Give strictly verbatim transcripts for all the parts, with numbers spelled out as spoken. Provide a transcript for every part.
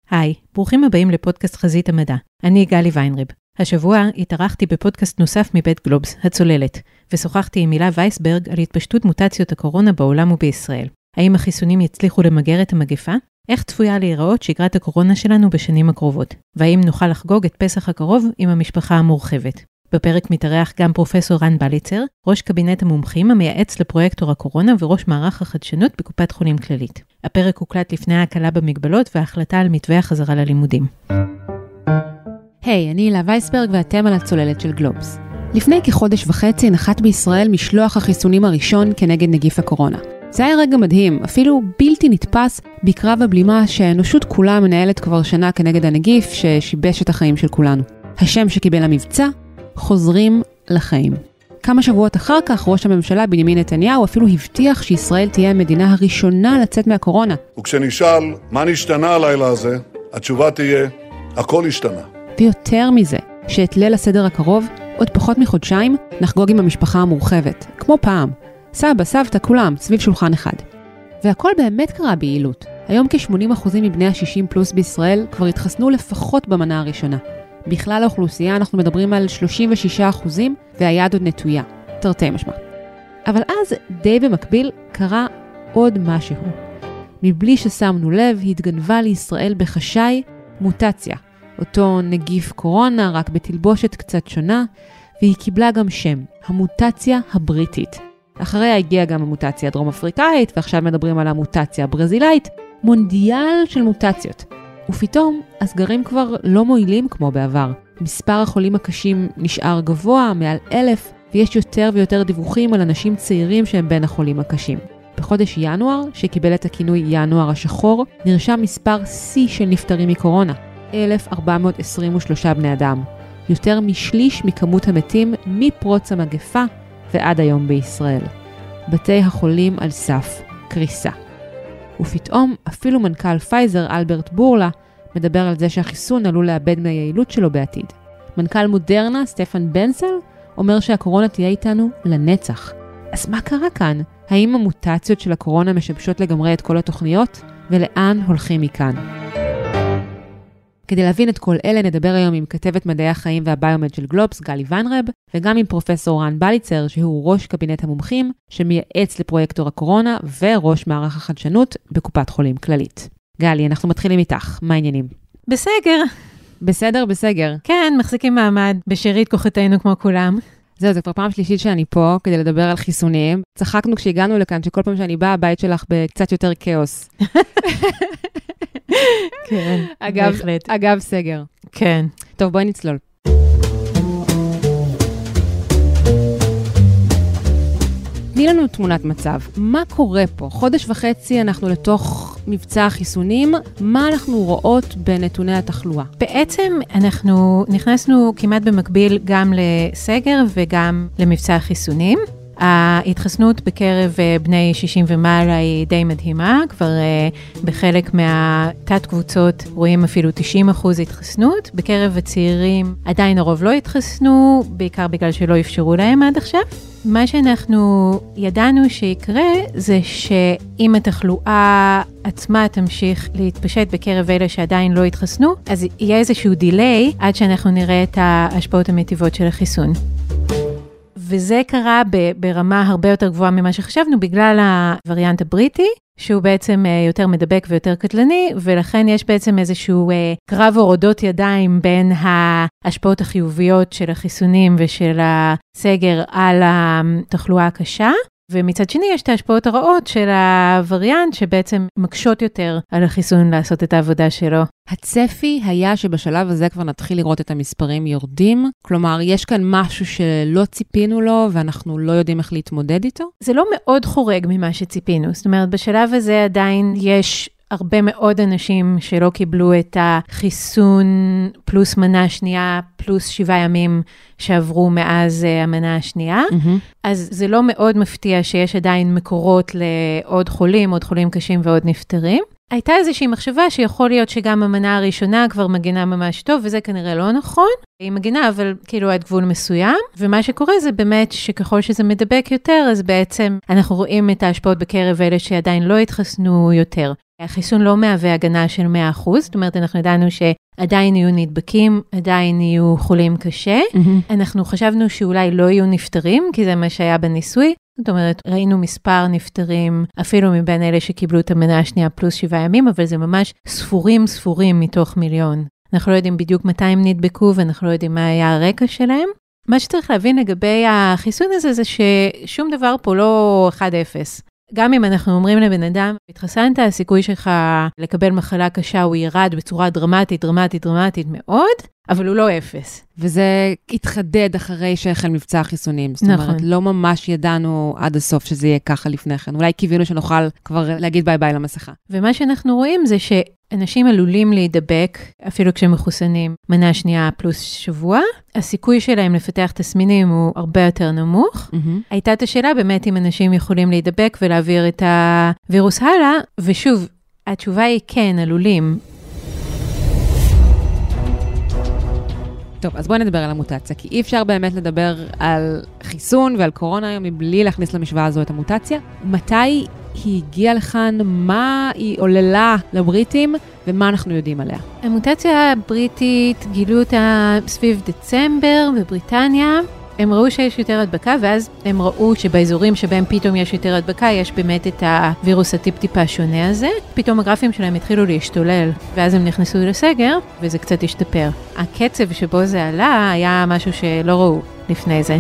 היי, ברוכים הבאים לפודקאסט חזית המדע. אני גלי ויינרב. השבוע התארחתי בפודקאסט נוסף מבית גלובס, הצוללת, ושוחחתי עם הילה וייסברג על התפשטות מוטציות הקורונה בעולם ובישראל. האם החיסונים יצליחו למגר את המגפה? איך צפויה להיראות שגרת הקורונה שלנו בשנים הקרובות? והאם נוכל לחגוג את פסח הקרוב עם המשפחה המורחבת? בפרק מתארח גם פרופסור רן בליצר, ראש קבינט המומחים המייעץ לפרויקטור הקורונה וראש מערך החדשנות בקופת חולים כללית. הפרק הוקלט לפני ההקלה במגבלות וההחלטה על מתווה החזרה ללימודים. היי, hey, אני הילה וייסברג ואתם על הצוללת של גלובס. לפני כחודש וחצי נחת בישראל משלוח החיסונים הראשון כנגד נגיף הקורונה. זה היה רגע מדהים, אפילו בלתי נתפס בקרב הבלימה שהאנושות כולה מנהלת כבר שנה כנגד הנגיף ששיבש את החיים של כולנו. השם שקיבל המבצע, חוזרים לחיים. כמה שבועות אחר כך ראש הממשלה בנימין נתניהו אפילו הבטיח שישראל תהיה המדינה הראשונה לצאת מהקורונה. וכשנשאל מה נשתנה הלילה הזה, התשובה תהיה, הכל השתנה. ויותר מזה, שאת ליל הסדר הקרוב, עוד פחות מחודשיים, נחגוג עם המשפחה המורחבת, כמו פעם. סבא, סבתא, כולם, סביב שולחן אחד. והכל באמת קרה ביעילות. היום כ-שמונים אחוז מבני ה-שישים פלוס בישראל כבר התחסנו לפחות במנה הראשונה. בכלל האוכלוסייה אנחנו מדברים על שלושים ושישה אחוזים, והיד עוד נטויה. תרתי משמע. אבל אז, די במקביל, קרה עוד משהו. מבלי ששמנו לב, התגנבה לישראל בחשאי מוטציה. אותו נגיף קורונה, רק בתלבושת קצת שונה, והיא קיבלה גם שם, המוטציה הבריטית. אחריה הגיעה גם המוטציה הדרום אפריקאית, ועכשיו מדברים על המוטציה הברזילאית, מונדיאל של מוטציות. ופתאום, הסגרים כבר לא מועילים כמו בעבר. מספר החולים הקשים נשאר גבוה, מעל אלף, ויש יותר ויותר דיווחים על אנשים צעירים שהם בין החולים הקשים. בחודש ינואר, שקיבל את הכינוי ינואר השחור, נרשם מספר שיא של נפטרים מקורונה. אלף ארבע מאות עשרים ושלושה בני אדם. יותר משליש מכמות המתים מפרוץ המגפה ועד היום בישראל. בתי החולים על סף קריסה. ופתאום אפילו מנכ"ל פייזר אלברט בורלה מדבר על זה שהחיסון עלול לאבד מהיעילות שלו בעתיד. מנכ"ל מודרנה סטפן בנסל אומר שהקורונה תהיה איתנו לנצח. אז מה קרה כאן? האם המוטציות של הקורונה משבשות לגמרי את כל התוכניות? ולאן הולכים מכאן? כדי להבין את כל אלה נדבר היום עם כתבת מדעי החיים והביומד של גלובס, גלי ויינרב, וגם עם פרופסור רן בליצר, שהוא ראש קבינט המומחים, שמייעץ לפרויקטור הקורונה, וראש מערך החדשנות בקופת חולים כללית. גלי, אנחנו מתחילים איתך. מה העניינים? בסגר. בסדר, בסגר. כן, מחזיקים מעמד בשארית כוחותינו כמו כולם. זהו, זה כבר פעם שלישית שאני פה כדי לדבר על חיסונים. צחקנו כשהגענו לכאן, שכל פעם שאני באה, הבית שלך בקצת יותר כאוס. כן, אגב, בהחלט. אגב סגר. כן. טוב, בואי נצלול. תני לנו תמונת מצב. מה קורה פה? חודש וחצי אנחנו לתוך מבצע החיסונים. מה אנחנו רואות בנתוני התחלואה? בעצם אנחנו נכנסנו כמעט במקביל גם לסגר וגם למבצע החיסונים. ההתחסנות בקרב בני שישים ומעלה היא די מדהימה, כבר בחלק מהתת קבוצות רואים אפילו תשעים אחוז התחסנות, בקרב הצעירים עדיין הרוב לא התחסנו, בעיקר בגלל שלא אפשרו להם עד עכשיו. מה שאנחנו ידענו שיקרה זה שאם התחלואה עצמה תמשיך להתפשט בקרב אלה שעדיין לא התחסנו, אז יהיה איזשהו דיליי עד שאנחנו נראה את ההשפעות המטיבות של החיסון. וזה קרה ברמה הרבה יותר גבוהה ממה שחשבנו, בגלל הווריאנט הבריטי, שהוא בעצם יותר מדבק ויותר קטלני, ולכן יש בעצם איזשהו קרב הורדות ידיים בין ההשפעות החיוביות של החיסונים ושל הסגר על התחלואה הקשה, ומצד שני יש את ההשפעות הרעות של הווריאנט שבעצם מקשות יותר על החיסון לעשות את העבודה שלו. הצפי היה שבשלב הזה כבר נתחיל לראות את המספרים יורדים, כלומר יש כאן משהו שלא ציפינו לו ואנחנו לא יודעים איך להתמודד איתו? זה לא מאוד חורג ממה שציפינו, זאת אומרת בשלב הזה עדיין יש הרבה מאוד אנשים שלא קיבלו את החיסון פלוס מנה שנייה, פלוס שבעה ימים שעברו מאז המנה השנייה. Mm-hmm. אז זה לא מאוד מפתיע שיש עדיין מקורות לעוד חולים, עוד חולים קשים ועוד נפטרים. הייתה איזושהי מחשבה שיכול להיות שגם המנה הראשונה כבר מגינה ממש טוב, וזה כנראה לא נכון. היא מגינה, אבל כאילו עד גבול מסוים. ומה שקורה זה באמת שככל שזה מדבק יותר, אז בעצם אנחנו רואים את ההשפעות בקרב אלה שעדיין לא התחסנו יותר. החיסון לא מהווה הגנה של מאה אחוז, זאת אומרת, אנחנו ידענו שעדיין יהיו נדבקים, עדיין יהיו חולים קשה. Mm-hmm. אנחנו חשבנו שאולי לא יהיו נפטרים, כי זה מה שהיה בניסוי. זאת אומרת, ראינו מספר נפטרים, אפילו מבין אלה שקיבלו את המנה השנייה פלוס שבעה ימים, אבל זה ממש ספורים ספורים מתוך מיליון. אנחנו לא יודעים בדיוק מתי הם נדבקו, ואנחנו לא יודעים מה היה הרקע שלהם. מה שצריך להבין לגבי החיסון הזה, זה ששום דבר פה לא אחד אפס. גם אם אנחנו אומרים לבן אדם, התחסנת, הסיכוי שלך לקבל מחלה קשה, הוא ירד בצורה דרמטית, דרמטית, דרמטית מאוד, אבל הוא לא אפס. וזה התחדד אחרי שהחל מבצע החיסונים. זאת נכון. אומרת, לא ממש ידענו עד הסוף שזה יהיה ככה לפני כן. אולי קיווינו שנוכל כבר להגיד ביי ביי למסכה. ומה שאנחנו רואים זה שאנשים עלולים להידבק, אפילו כשהם מחוסנים, מנה שנייה פלוס שבוע. הסיכוי שלהם לפתח תסמינים הוא הרבה יותר נמוך. Mm-hmm. הייתה את השאלה באמת אם אנשים יכולים להידבק ולהעביר את הווירוס הלאה, ושוב, התשובה היא כן, עלולים. טוב, אז בואי נדבר על המוטציה, כי אי אפשר באמת לדבר על חיסון ועל קורונה היום מבלי להכניס למשוואה הזו את המוטציה. מתי היא הגיעה לכאן, מה היא עוללה לבריטים ומה אנחנו יודעים עליה? המוטציה הבריטית גילו אותה סביב דצמבר בבריטניה. הם ראו שיש יותר הדבקה, ואז הם ראו שבאזורים שבהם פתאום יש יותר הדבקה, יש באמת את הווירוס הטיפ-טיפה שונה הזה. פתאום הגרפים שלהם התחילו להשתולל, ואז הם נכנסו לסגר, וזה קצת השתפר. הקצב שבו זה עלה היה משהו שלא ראו לפני זה.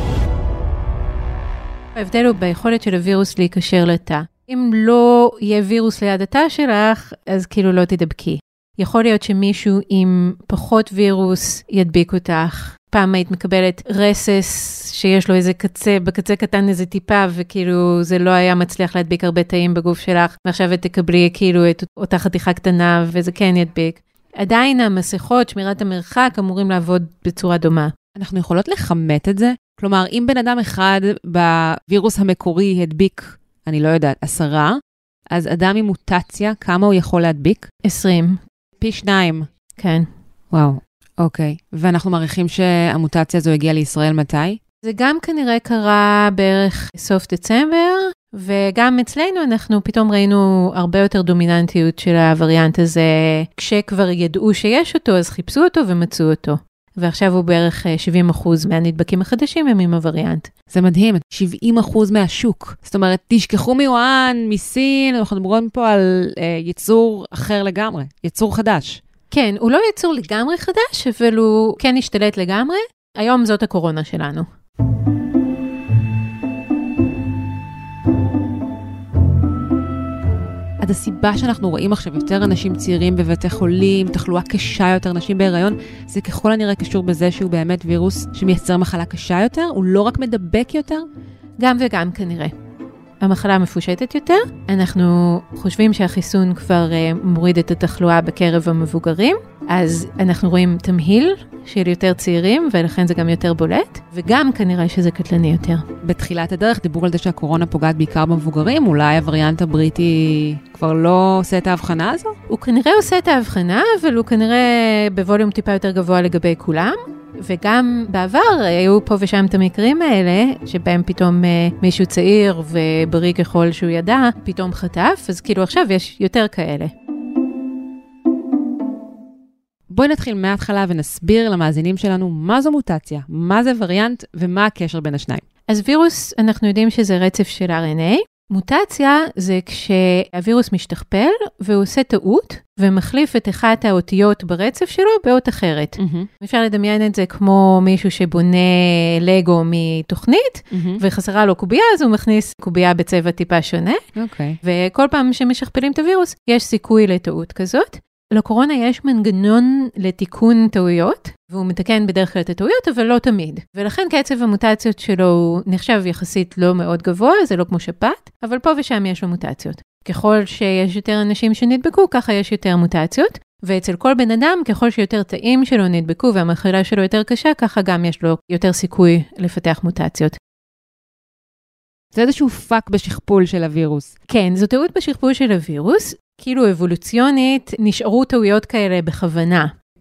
ההבדל הוא ביכולת של הווירוס להיקשר לתא. אם לא יהיה וירוס ליד התא שלך, אז כאילו לא תדבקי. יכול להיות שמישהו עם פחות וירוס ידביק אותך. פעם היית מקבלת רסס שיש לו איזה קצה, בקצה קטן איזה טיפה, וכאילו זה לא היה מצליח להדביק הרבה תאים בגוף שלך, ועכשיו את תקבלי כאילו את אותה חתיכה קטנה, וזה כן ידביק. עדיין המסכות, שמירת המרחק, אמורים לעבוד בצורה דומה. אנחנו יכולות לחמת את זה? כלומר, אם בן אדם אחד בווירוס המקורי הדביק, אני לא יודעת, עשרה, אז אדם עם מוטציה, כמה הוא יכול להדביק? עשרים. פי שניים. כן. וואו, אוקיי. ואנחנו מעריכים שהמוטציה הזו הגיעה לישראל מתי? זה גם כנראה קרה בערך סוף דצמבר, וגם אצלנו אנחנו פתאום ראינו הרבה יותר דומיננטיות של הווריאנט הזה, כשכבר ידעו שיש אותו, אז חיפשו אותו ומצאו אותו. ועכשיו הוא בערך שבעים אחוז מהנדבקים החדשים הם עם הווריאנט. זה מדהים, שבעים אחוז מהשוק. זאת אומרת, תשכחו מיואן, מסין, אנחנו מדברים פה על אה, יצור אחר לגמרי, יצור חדש. כן, הוא לא יצור לגמרי חדש, אבל הוא כן השתלט לגמרי. היום זאת הקורונה שלנו. עד הסיבה שאנחנו רואים עכשיו יותר אנשים צעירים בבתי חולים, תחלואה קשה יותר, נשים בהיריון, זה ככל הנראה קשור בזה שהוא באמת וירוס שמייצר מחלה קשה יותר, הוא לא רק מדבק יותר? גם וגם כנראה. המחלה מפושטת יותר, אנחנו חושבים שהחיסון כבר מוריד את התחלואה בקרב המבוגרים, אז אנחנו רואים תמהיל של יותר צעירים, ולכן זה גם יותר בולט, וגם כנראה שזה קטלני יותר. בתחילת הדרך דיבור על זה שהקורונה פוגעת בעיקר במבוגרים, אולי הווריאנט הבריטי כבר לא עושה את ההבחנה הזו? הוא כנראה עושה את ההבחנה, אבל הוא כנראה בווליום טיפה יותר גבוה לגבי כולם, וגם בעבר היו פה ושם את המקרים האלה, שבהם פתאום מישהו צעיר ובריא ככל שהוא ידע, פתאום חטף, אז כאילו עכשיו יש יותר כאלה. בואי נתחיל מההתחלה ונסביר למאזינים שלנו מה זו מוטציה, מה זה וריאנט ומה הקשר בין השניים. אז וירוס, אנחנו יודעים שזה רצף של אר אן איי. מוטציה זה כשהווירוס משתכפל והוא עושה טעות ומחליף את אחת האותיות ברצף שלו באות אחרת. Mm-hmm. אפשר לדמיין את זה כמו מישהו שבונה לגו מתוכנית, mm-hmm. וחסרה לו קובייה, אז הוא מכניס קובייה בצבע טיפה שונה. Okay. וכל פעם שמשכפלים את הווירוס, יש סיכוי לטעות כזאת. לקורונה יש מנגנון לתיקון טעויות, והוא מתקן בדרך כלל את הטעויות, אבל לא תמיד. ולכן קצב המוטציות שלו נחשב יחסית לא מאוד גבוה, זה לא כמו שפעת, אבל פה ושם יש לו מוטציות. ככל שיש יותר אנשים שנדבקו, ככה יש יותר מוטציות, ואצל כל בן אדם, ככל שיותר תאים שלו נדבקו והמחלה שלו יותר קשה, ככה גם יש לו יותר סיכוי לפתח מוטציות. זה איזשהו פאק בשכפול של הווירוס. כן, זו טעות בשכפול של הווירוס. כאילו אבולוציונית נשארו טעויות כאלה בכוונה.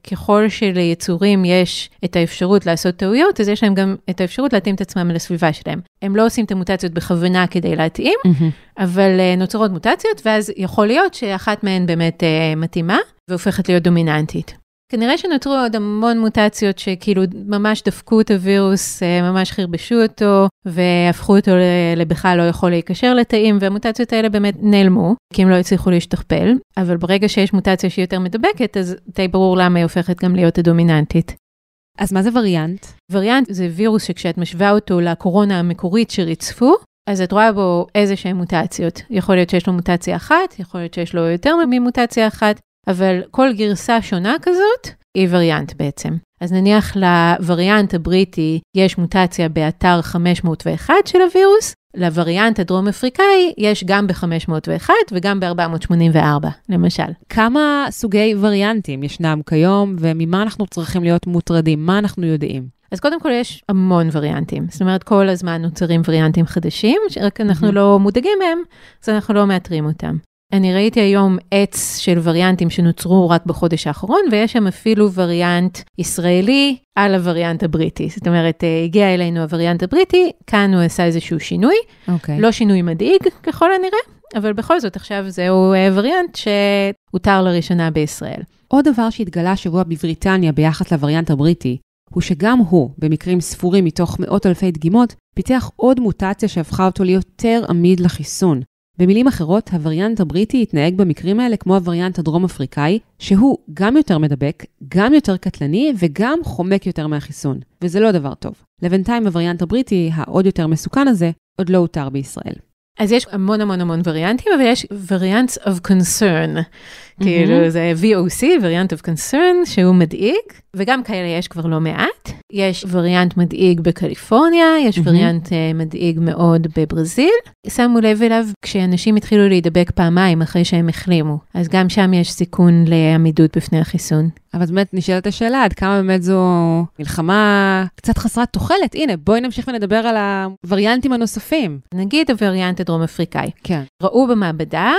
ככל שליצורים יש את האפשרות לעשות טעויות, אז יש להם גם את האפשרות להתאים את עצמם לסביבה שלהם. הם לא עושים את המוטציות בכוונה כדי להתאים, אבל נוצרות מוטציות, ואז יכול להיות שאחת מהן באמת מתאימה, והופכת להיות דומיננטית. כנראה שנותרו עוד המון מוטציות שכאילו ממש דפקו את הווירוס, ממש חרבשו אותו, והפכו אותו לבכלל לא יכול להיקשר לתאים, והמוטציות האלה באמת נעלמו, כי הם לא הצליחו להשתכפל, אבל ברגע שיש מוטציה שהיא יותר מדבקת, אז די ברור למה היא הופכת גם להיות הדומיננטית. אז מה זה וריאנט? וריאנט זה וירוס שכשאת משווה אותו לקורונה המקורית שריצפו, אז את רואה בו איזה שהן מוטציות. יכול להיות שיש לו מוטציה אחת, יכול להיות שיש לו יותר ממוטציה אחת, אבל כל גרסה שונה כזאת היא וריאנט בעצם. אז נניח לווריאנט הבריטי יש מוטציה באתר חמש מאות ואחת של הווירוס, לווריאנט הדרום אפריקאי יש גם ב-חמש מאות ואחת וגם ב-ארבע מאות שמונים וארבע, למשל. כמה סוגי וריאנטים ישנם כיום, וממה אנחנו צריכים להיות מוטרדים? מה אנחנו יודעים? אז קודם כל יש המון וריאנטים. זאת אומרת, כל הזמן נוצרים וריאנטים חדשים, רק אנחנו לא מודאגים מהם, אז אנחנו לא מאתרים אותם. אני ראיתי היום עץ של וריאנטים שנוצרו רק בחודש האחרון, ויש שם אפילו וריאנט ישראלי על הווריאנט הבריטי. זאת אומרת, הגיע אלינו הווריאנט הבריטי, כאן הוא עשה איזשהו שינוי, okay. לא שינוי מדאיג ככל הנראה, אבל בכל זאת עכשיו זהו וריאנט שהותר לראשונה בישראל. עוד דבר שהתגלה שבוע בבריטניה ביחס לווריאנט הבריטי, הוא שגם הוא, במקרים ספורים מתוך מאות אלפי דגימות, פיתח עוד מוטציה שהפכה אותו ליותר עמיד לחיסון. במילים אחרות, הווריאנט הבריטי התנהג במקרים האלה כמו הווריאנט הדרום אפריקאי, שהוא גם יותר מדבק, גם יותר קטלני וגם חומק יותר מהחיסון. וזה לא דבר טוב. לבינתיים הווריאנט הבריטי, העוד יותר מסוכן הזה, עוד לא הותר בישראל. אז יש המון המון המון וריאנטים, אבל יש וריאנטס of concern. כאילו זה וי או סי, וריאנט of concern, שהוא מדאיג, וגם כאלה יש כבר לא מעט. יש וריאנט מדאיג בקליפורניה, יש וריאנט מדאיג מאוד בברזיל. שמו לב אליו כשאנשים התחילו להידבק פעמיים אחרי שהם החלימו. אז גם שם יש סיכון לעמידות בפני החיסון. אבל באמת נשאלת השאלה, עד כמה באמת זו מלחמה קצת חסרת תוחלת. הנה, בואי נמשיך ונדבר על הווריאנטים הנוספים. נגיד הווריאנט הדרום אפריקאי. כן. ראו במעבדה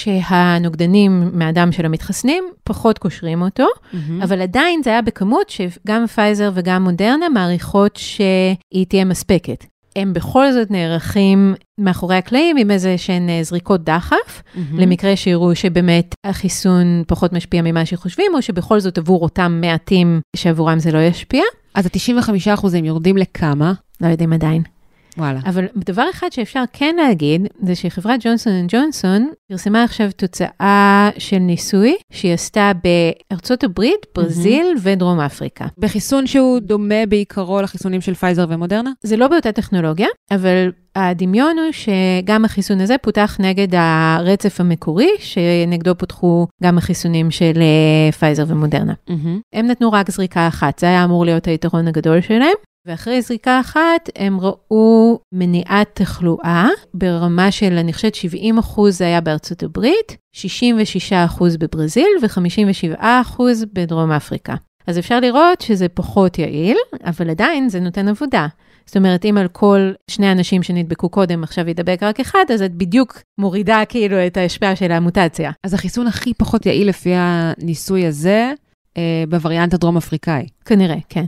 שהנוגדנים מהדם של המתחסנים פחות קושרים אותו, mm-hmm. אבל עדיין זה היה בכמות שגם פייזר וגם מודרנה מעריכות שהיא תהיה מספקת. הם בכל זאת נערכים מאחורי הקלעים עם איזה שהן זריקות דחף, mm-hmm. למקרה שיראו שבאמת החיסון פחות משפיע ממה שחושבים, או שבכל זאת עבור אותם מעטים שעבורם זה לא ישפיע. אז ה-תשעים וחמישה אחוז יורדים לכמה? לא יודעים עדיין. וואלה. אבל דבר אחד שאפשר כן להגיד, זה שחברת ג'ונסון אנד ג'ונסון פרסמה עכשיו תוצאה של ניסוי, שהיא עשתה בארצות הברית, ברזיל mm-hmm. ודרום אפריקה. בחיסון שהוא דומה בעיקרו לחיסונים של פייזר ומודרנה? זה לא באותה טכנולוגיה, אבל הדמיון הוא שגם החיסון הזה פותח נגד הרצף המקורי, שנגדו פותחו גם החיסונים של פייזר ומודרנה. Mm-hmm. הם נתנו רק זריקה אחת, זה היה אמור להיות היתרון הגדול שלהם. ואחרי זריקה אחת, הם ראו מניעת תחלואה ברמה של, אני חושבת, שבעים אחוז זה היה בארצות הברית, שישים ושישה אחוז בברזיל ו-חמישים ושבעה אחוז בדרום אפריקה. אז אפשר לראות שזה פחות יעיל, אבל עדיין זה נותן עבודה. זאת אומרת, אם על כל שני אנשים שנדבקו קודם עכשיו ידבק רק אחד, אז את בדיוק מורידה כאילו את ההשפעה של המוטציה. אז החיסון הכי פחות יעיל לפי הניסוי הזה, אה, בווריאנט הדרום אפריקאי. כנראה, כן.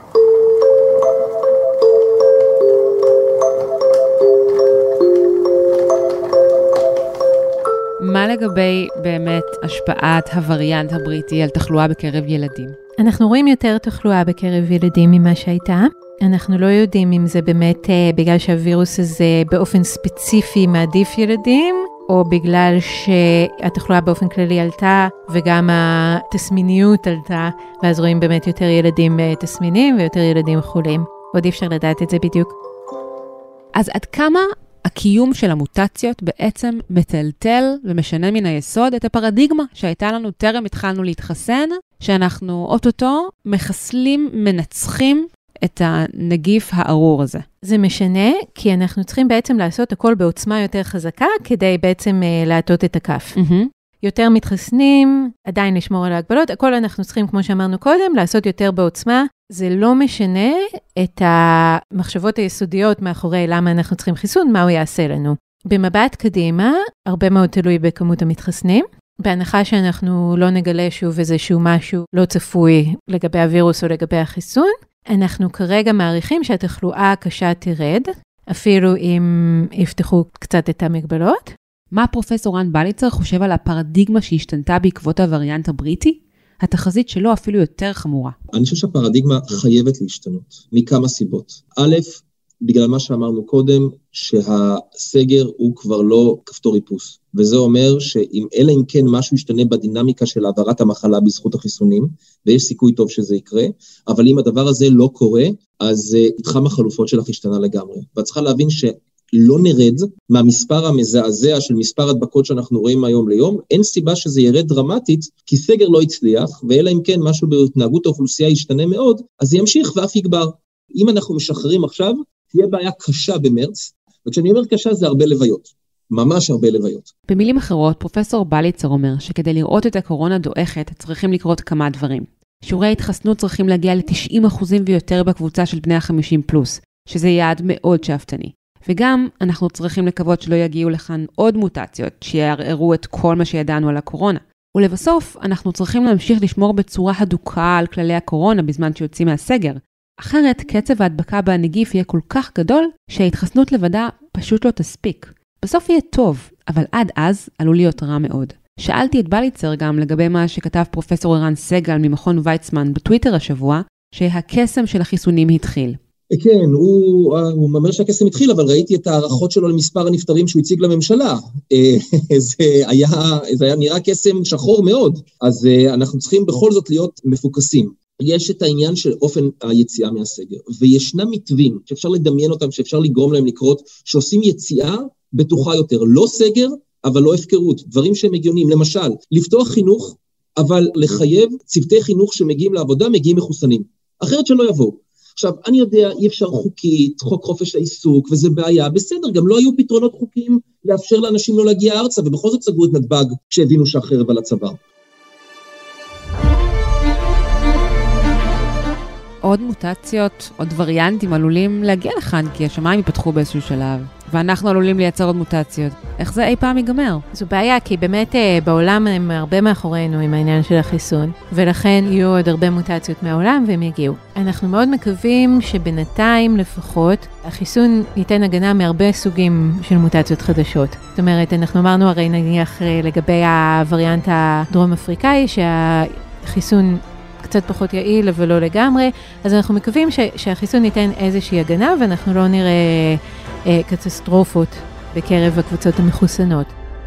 מה לגבי באמת השפעת הווריאנט הבריטי על תחלואה בקרב ילדים? אנחנו רואים יותר תחלואה בקרב ילדים ממה שהייתה. אנחנו לא יודעים אם זה באמת בגלל שהווירוס הזה באופן ספציפי מעדיף ילדים, או בגלל שהתחלואה באופן כללי עלתה, וגם התסמיניות עלתה, ואז רואים באמת יותר ילדים תסמינים ויותר ילדים חולים. עוד אי אפשר לדעת את זה בדיוק. אז עד כמה הקיום של המוטציות בעצם מטלטל ומשנה מן היסוד את הפרדיגמה שהייתה לנו טרם התחלנו להתחסן, שאנחנו אוטוטו מחסלים, מנצחים את הנגיף הארור הזה. זה משנה, כי אנחנו צריכים בעצם לעשות הכל בעוצמה יותר חזקה, כדי בעצם uh, להטות את הכף. Mm-hmm. יותר מתחסנים, עדיין לשמור על ההגבלות, הכל אנחנו צריכים, כמו שאמרנו קודם, לעשות יותר בעוצמה. זה לא משנה את המחשבות היסודיות מאחורי למה אנחנו צריכים חיסון, מה הוא יעשה לנו. במבט קדימה, הרבה מאוד תלוי בכמות המתחסנים, בהנחה שאנחנו לא נגלה שוב איזשהו משהו לא צפוי לגבי הווירוס או לגבי החיסון, אנחנו כרגע מעריכים שהתחלואה הקשה תרד, אפילו אם יפתחו קצת את המגבלות. מה פרופסור רן בליצר חושב על הפרדיגמה שהשתנתה בעקבות הווריאנט הבריטי? התחזית שלו אפילו יותר חמורה. אני חושב שהפרדיגמה חייבת להשתנות, מכמה סיבות. א', בגלל מה שאמרנו קודם, שהסגר הוא כבר לא כפתור איפוס. וזה אומר שאם אלא אם כן משהו ישתנה בדינמיקה של העברת המחלה בזכות החיסונים, ויש סיכוי טוב שזה יקרה, אבל אם הדבר הזה לא קורה, אז איתכם החלופות שלך השתנה לגמרי. ואת צריכה להבין ש... לא נרד מהמספר המזעזע של מספר הדבקות שאנחנו רואים מהיום ליום, אין סיבה שזה ירד דרמטית, כי סגר לא הצליח, ואלא אם כן משהו בהתנהגות האוכלוסייה ישתנה מאוד, אז זה ימשיך ואף יגבר. אם אנחנו משחררים עכשיו, תהיה בעיה קשה במרץ, וכשאני אומר קשה זה הרבה לוויות, ממש הרבה לוויות. במילים אחרות, פרופסור בליצר אומר שכדי לראות את הקורונה דועכת, צריכים לקרות כמה דברים. שיעורי ההתחסנות צריכים להגיע ל-תשעים אחוז ויותר בקבוצה של בני ה-חמישים פלוס, שזה יעד מאוד שאפתני. וגם אנחנו צריכים לקוות שלא יגיעו לכאן עוד מוטציות שיערערו את כל מה שידענו על הקורונה. ולבסוף, אנחנו צריכים להמשיך לשמור בצורה הדוקה על כללי הקורונה בזמן שיוצאים מהסגר. אחרת, קצב ההדבקה בנגיף יהיה כל כך גדול שההתחסנות לבדה פשוט לא תספיק. בסוף יהיה טוב, אבל עד אז עלול להיות רע מאוד. שאלתי את בליצר גם לגבי מה שכתב פרופסור ערן סגל ממכון ויצמן בטוויטר השבוע, שהקסם של החיסונים התחיל. כן, הוא, הוא אומר שהקסם התחיל, אבל ראיתי את הערכות שלו למספר הנפטרים שהוא הציג לממשלה. זה היה, זה היה נראה קסם שחור מאוד, אז אנחנו צריכים בכל זאת להיות מפוקסים. יש את העניין של אופן היציאה מהסגר, וישנם מתווים שאפשר לדמיין אותם, שאפשר לגרום להם לקרות, שעושים יציאה בטוחה יותר, לא סגר, אבל לא הפקרות, דברים שהם הגיונים, למשל, לפתוח חינוך, אבל לחייב צוותי חינוך שמגיעים לעבודה, מגיעים מחוסנים, אחרת שלא יבואו. עכשיו, אני יודע, אי אפשר חוקית, חוק חופש העיסוק, וזה בעיה, בסדר, גם לא היו פתרונות חוקיים לאפשר לאנשים לא להגיע ארצה, ובכל זאת סגרו את נתב"ג כשהבינו שהחרב על הצוואר. עוד מוטציות, עוד וריאנטים עלולים להגיע לכאן, כי השמיים ייפתחו באיזשהו שלב, ואנחנו עלולים לייצר עוד מוטציות. איך זה אי פעם ייגמר? זו בעיה, כי באמת בעולם הם הרבה מאחורינו עם העניין של החיסון, ולכן יהיו עוד הרבה מוטציות מהעולם והם יגיעו. אנחנו מאוד מקווים שבינתיים לפחות החיסון ייתן הגנה מהרבה סוגים של מוטציות חדשות. זאת אומרת, אנחנו אמרנו הרי נניח לגבי הווריאנט הדרום אפריקאי, שהחיסון קצת פחות יעיל אבל לא לגמרי, אז אנחנו מקווים ש- שהחיסון ייתן איזושהי הגנה, ואנחנו לא נראה אה, קטסטרופות בקרב הקבוצות המחוסנות.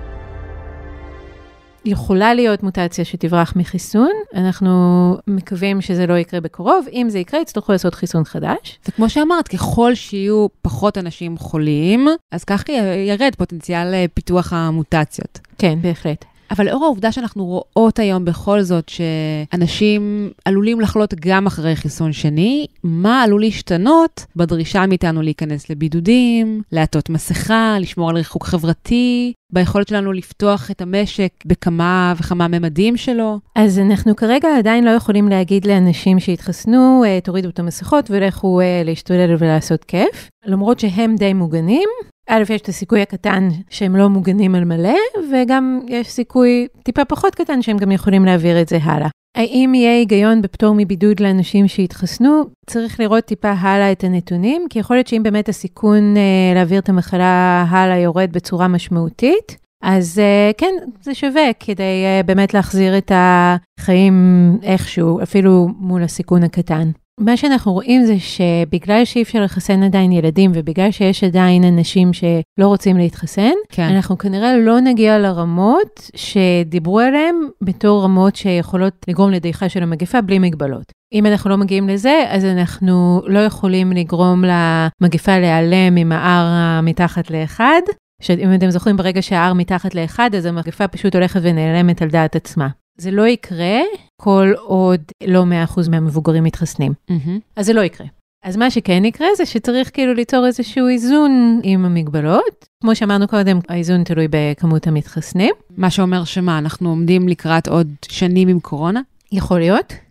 יכולה להיות מוטציה שתברח מחיסון, אנחנו מקווים שזה לא יקרה בקרוב, אם זה יקרה יצטרכו לעשות חיסון חדש. וכמו שאמרת, ככל שיהיו פחות אנשים חולים, אז כך ירד פוטנציאל פיתוח המוטציות. כן, בהחלט. אבל לאור העובדה שאנחנו רואות היום בכל זאת שאנשים עלולים לחלות גם אחרי חיסון שני, מה עלול להשתנות בדרישה מאיתנו להיכנס לבידודים, לעטות מסכה, לשמור על ריחוק חברתי, ביכולת שלנו לפתוח את המשק בכמה וכמה ממדים שלו? אז אנחנו כרגע עדיין לא יכולים להגיד לאנשים שהתחסנו, תורידו את המסכות ולכו להשתולל ולעשות כיף, למרות שהם די מוגנים. א', יש את הסיכוי הקטן שהם לא מוגנים על מלא, וגם יש סיכוי טיפה פחות קטן שהם גם יכולים להעביר את זה הלאה. האם יהיה היגיון בפטור מבידוד לאנשים שהתחסנו? צריך לראות טיפה הלאה את הנתונים, כי יכול להיות שאם באמת הסיכון אה, להעביר את המחלה הלאה יורד בצורה משמעותית, אז אה, כן, זה שווה כדי אה, באמת להחזיר את החיים איכשהו, אפילו מול הסיכון הקטן. מה שאנחנו רואים זה שבגלל שאי אפשר לחסן עדיין ילדים, ובגלל שיש עדיין אנשים שלא רוצים להתחסן, כן. אנחנו כנראה לא נגיע לרמות שדיברו עליהם בתור רמות שיכולות לגרום לדעיכה של המגפה בלי מגבלות. אם אנחנו לא מגיעים לזה, אז אנחנו לא יכולים לגרום למגפה להיעלם עם ה-R מתחת לאחד, שאם אתם זוכרים ברגע שה-R מתחת לאחד, אז המגפה פשוט הולכת ונעלמת על דעת עצמה. זה לא יקרה כל עוד לא מאה אחוז מהמבוגרים מתחסנים. Mm-hmm. אז זה לא יקרה. אז מה שכן יקרה זה שצריך כאילו ליצור איזשהו איזון עם המגבלות. כמו שאמרנו קודם, האיזון תלוי בכמות המתחסנים. מה שאומר שמה, אנחנו עומדים לקראת עוד שנים עם קורונה? יכול להיות.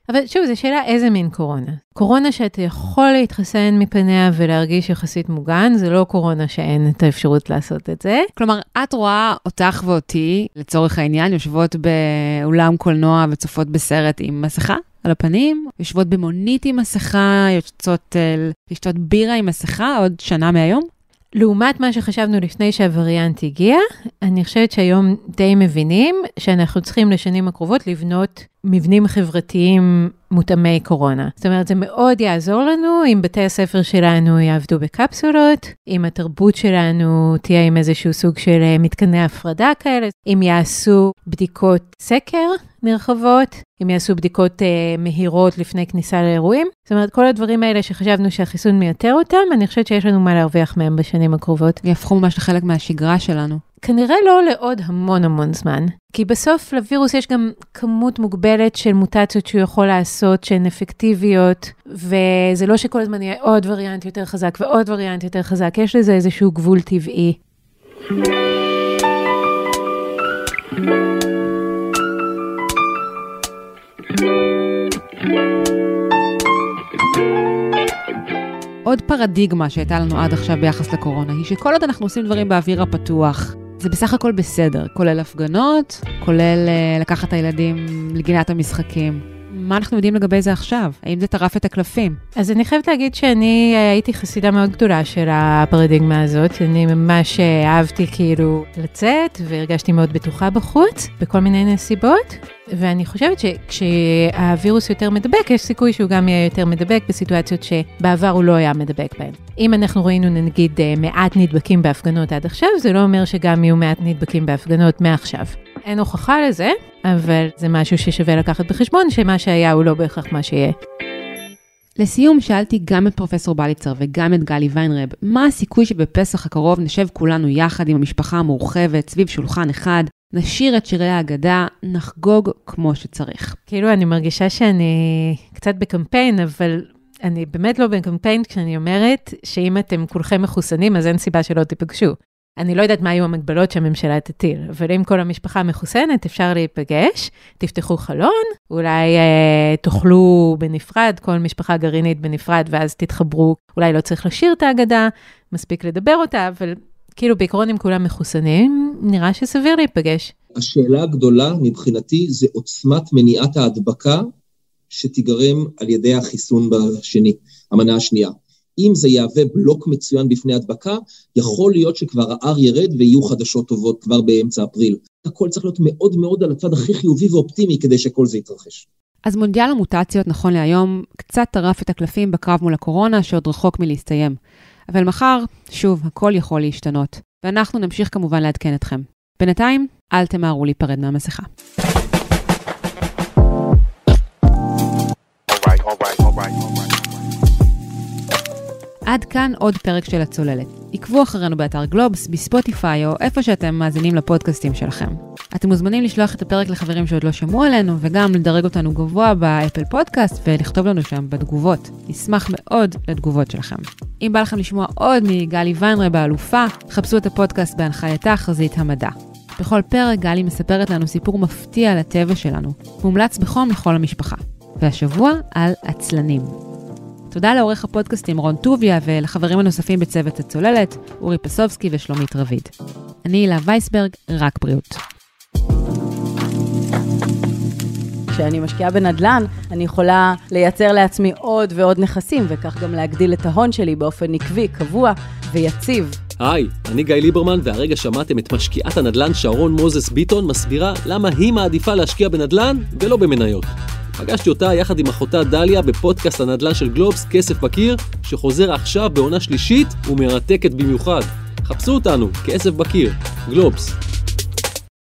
אבל שוב, זו שאלה איזה מין קורונה. קורונה שאתה יכול להתחסן מפניה ולהרגיש יחסית מוגן, זה לא קורונה שאין את האפשרות לעשות את זה. כלומר, את רואה אותך ואותי, לצורך העניין, יושבות באולם קולנוע וצופות בסרט עם מסכה על הפנים, יושבות במונית עם מסכה, יוצאות לשתות בירה עם מסכה עוד שנה מהיום? לעומת מה שחשבנו לפני שהווריאנט הגיע, אני חושבת שהיום די מבינים שאנחנו צריכים לשנים הקרובות לבנות מבנים חברתיים מותאמי קורונה. זאת אומרת, זה מאוד יעזור לנו אם בתי הספר שלנו יעבדו בקפסולות, אם התרבות שלנו תהיה עם איזשהו סוג של מתקני הפרדה כאלה, אם יעשו בדיקות סקר נרחבות, אם יעשו בדיקות אה, מהירות לפני כניסה לאירועים. זאת אומרת, כל הדברים האלה שחשבנו שהחיסון מייתר אותם, אני חושבת שיש לנו מה להרוויח מהם בשנים הקרובות. יהפכו ממש לחלק מהשגרה שלנו. כנראה לא לעוד המון המון זמן. כי בסוף לווירוס יש גם כמות מוגבלת של מוטציות שהוא יכול לעשות, שהן אפקטיביות, וזה לא שכל הזמן יהיה עוד וריאנט יותר חזק ועוד וריאנט יותר חזק, יש לזה איזשהו גבול טבעי. עוד פרדיגמה שהייתה לנו עד עכשיו ביחס לקורונה, היא שכל עוד אנחנו עושים דברים באוויר הפתוח, זה בסך הכל בסדר, כולל הפגנות, כולל uh, לקחת את הילדים לגינת המשחקים. מה אנחנו יודעים לגבי זה עכשיו? האם זה טרף את הקלפים? אז אני חייבת להגיד שאני הייתי חסידה מאוד גדולה של הפרדיגמה הזאת. אני ממש אהבתי כאילו לצאת, והרגשתי מאוד בטוחה בחוץ, בכל מיני נסיבות. ואני חושבת שכשהווירוס יותר מדבק, יש סיכוי שהוא גם יהיה יותר מדבק בסיטואציות שבעבר הוא לא היה מדבק בהן. אם אנחנו ראינו נגיד מעט נדבקים בהפגנות עד עכשיו, זה לא אומר שגם יהיו מעט נדבקים בהפגנות מעכשיו. אין הוכחה לזה, אבל זה משהו ששווה לקחת בחשבון, שמה שהיה הוא לא בהכרח מה שיהיה. לסיום, שאלתי גם את פרופסור בליצר וגם את גלי ויינרב, מה הסיכוי שבפסח הקרוב נשב כולנו יחד עם המשפחה המורחבת, סביב שולחן אחד, נשיר את שירי ההגדה, נחגוג כמו שצריך. כאילו אני מרגישה שאני קצת בקמפיין, אבל אני באמת לא בקמפיין כשאני אומרת שאם אתם כולכם מחוסנים, אז אין סיבה שלא תיפגשו. אני לא יודעת מה היו המגבלות שהממשלה תטיל, אבל אם כל המשפחה מחוסנת, אפשר להיפגש, תפתחו חלון, אולי אה, תאכלו בנפרד, כל משפחה גרעינית בנפרד, ואז תתחברו, אולי לא צריך לשיר את ההגדה, מספיק לדבר אותה, אבל כאילו בעיקרון אם כולם מחוסנים, נראה שסביר להיפגש. השאלה הגדולה מבחינתי זה עוצמת מניעת ההדבקה, שתיגרם על ידי החיסון בשני, המנה השנייה. אם זה יהווה בלוק מצוין בפני הדבקה, יכול להיות שכבר ה-R ירד ויהיו חדשות טובות כבר באמצע אפריל. הכל צריך להיות מאוד מאוד על הצד הכי חיובי ואופטימי כדי שכל זה יתרחש. אז מונדיאל המוטציות נכון להיום קצת טרף את הקלפים בקרב מול הקורונה שעוד רחוק מלהסתיים. אבל מחר, שוב, הכל יכול להשתנות. ואנחנו נמשיך כמובן לעדכן אתכם. בינתיים, אל תמהרו להיפרד מהמסכה. עד כאן עוד פרק של הצוללת. עקבו אחרינו באתר גלובס, בספוטיפיי או איפה שאתם מאזינים לפודקאסטים שלכם. אתם מוזמנים לשלוח את הפרק לחברים שעוד לא שמעו עלינו, וגם לדרג אותנו גבוה באפל פודקאסט ולכתוב לנו שם בתגובות. נשמח מאוד לתגובות שלכם. אם בא לכם לשמוע עוד מגלי ויינרב האלופה, חפשו את הפודקאסט בהנחייתה חזית המדע. בכל פרק גלי מספרת לנו סיפור מפתיע על הטבע שלנו, מומלץ בחום לכל המשפחה. והשבוע על עצלנים. תודה לעורך הפודקאסטים רון טוביה ולחברים הנוספים בצוות הצוללת, אורי פסובסקי ושלומית רביד. אני הילה וייסברג, רק בריאות. כשאני משקיעה בנדלן, אני יכולה לייצר לעצמי עוד ועוד נכסים, וכך גם להגדיל את ההון שלי באופן עקבי, קבוע ויציב. היי, אני גיא ליברמן, והרגע שמעתם את משקיעת הנדלן שרון מוזס ביטון מסבירה למה היא מעדיפה להשקיע בנדלן ולא במניות. פגשתי אותה יחד עם אחותה דליה בפודקאסט הנדל"ן של גלובס, כסף בקיר, שחוזר עכשיו בעונה שלישית ומרתקת במיוחד. חפשו אותנו, כסף בקיר, גלובס.